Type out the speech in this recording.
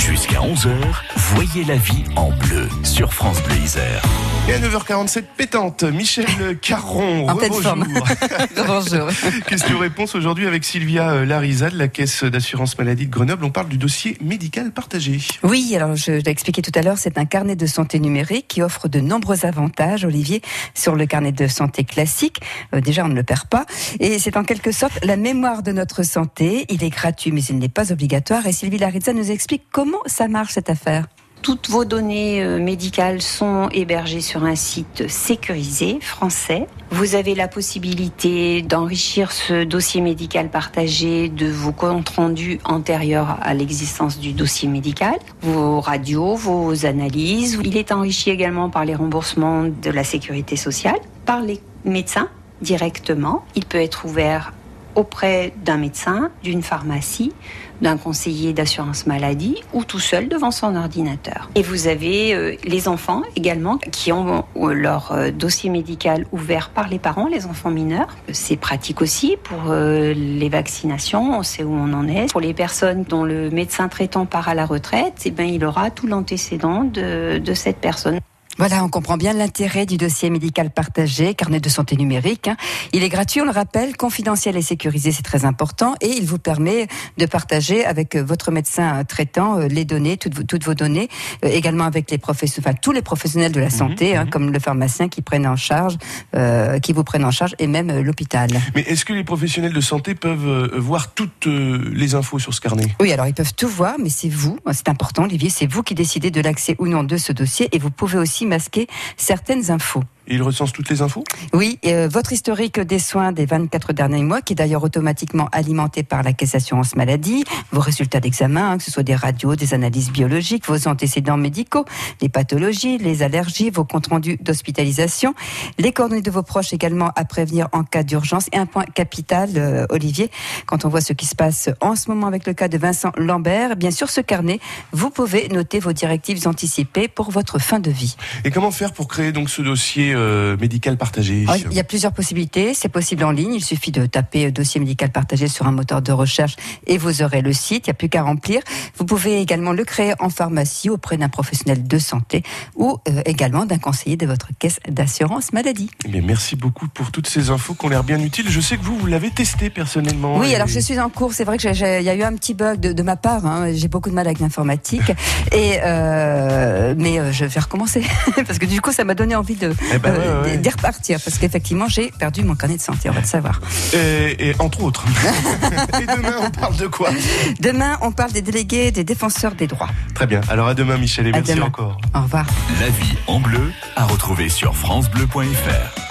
Jusqu'à 11h, voyez la vie en bleu sur France Bleu Isère. Et à 9h47, pétante, Michel Caron, rebonjour. Bonjour. Question-réponse aujourd'hui avec Sylvia Larisa de la Caisse d'assurance maladie de Grenoble. On parle du dossier médical partagé. Oui, alors je l'ai expliqué tout à l'heure, c'est un carnet de santé numérique qui offre de nombreux avantages, Olivier, sur le carnet de santé classique. Déjà, on ne le perd pas. Et c'est en quelque sorte la mémoire de notre santé. Il est gratuit, mais il n'est pas obligatoire. Et Sylvia Larisa nous explique comment ça marche cette affaire. Toutes vos données médicales sont hébergées sur un site sécurisé français. Vous avez la possibilité d'enrichir ce dossier médical partagé de vos comptes rendus antérieurs à l'existence du dossier médical, vos radios, vos analyses. Il est enrichi également par les remboursements de la sécurité sociale, par les médecins directement. Il peut être ouvert auprès d'un médecin, d'une pharmacie, d'un conseiller d'assurance maladie ou tout seul devant son ordinateur. Et vous avez les enfants également qui ont leur dossier médical ouvert par les parents, les enfants mineurs. C'est pratique aussi pour les vaccinations, on sait où on en est. Pour les personnes dont le médecin traitant part à la retraite, il aura tout l'antécédent de cette personne. Voilà, on comprend bien l'intérêt du dossier médical partagé, carnet de santé numérique. Il est gratuit, on le rappelle, confidentiel et sécurisé, c'est très important. Et il vous permet de partager avec votre médecin traitant les données, toutes vos données, également avec tous les professionnels de la santé, comme le pharmacien qui vous prennent en charge, et même l'hôpital. Mais est-ce que les professionnels de santé peuvent voir toutes les infos sur ce carnet ? Oui, alors ils peuvent tout voir, mais c'est vous, c'est important Olivier, c'est vous qui décidez de l'accès ou non de ce dossier, et vous pouvez aussi masquer certaines infos. Et il recense toutes les infos ? Oui, votre historique des soins des 24 derniers mois, qui est d'ailleurs automatiquement alimenté par la Caisse d'assurance maladie, vos résultats d'examen, que ce soit des radios, des analyses biologiques, vos antécédents médicaux, les pathologies, les allergies, vos comptes rendus d'hospitalisation, les coordonnées de vos proches également à prévenir en cas d'urgence. Et un point capital, Olivier, quand on voit ce qui se passe en ce moment avec le cas de Vincent Lambert, bien sûr, ce carnet, vous pouvez noter vos directives anticipées pour votre fin de vie. Et comment faire pour créer donc ce dossier médical partagé ? Il y a plusieurs possibilités. C'est possible en ligne. Il suffit de taper dossier médical partagé sur un moteur de recherche et vous aurez le site. Il n'y a plus qu'à remplir. Vous pouvez également le créer en pharmacie auprès d'un professionnel de santé ou également d'un conseiller de votre caisse d'assurance maladie. Eh bien, merci beaucoup pour toutes ces infos qui ont l'air bien utiles. Je sais que vous l'avez testé personnellement. Oui, alors je suis en cours. C'est vrai que il y a eu un petit bug de ma part. J'ai beaucoup de mal avec l'informatique. Mais je vais recommencer parce que du coup, ça m'a donné envie d'y repartir, parce qu'effectivement j'ai perdu mon carnet de santé, on va le savoir. Et entre autres. Et demain on parle de quoi ? Demain on parle des délégués des défenseurs des droits. Très bien, alors à demain Michel et merci encore. Au revoir. La vie en bleu à retrouver sur francebleu.fr.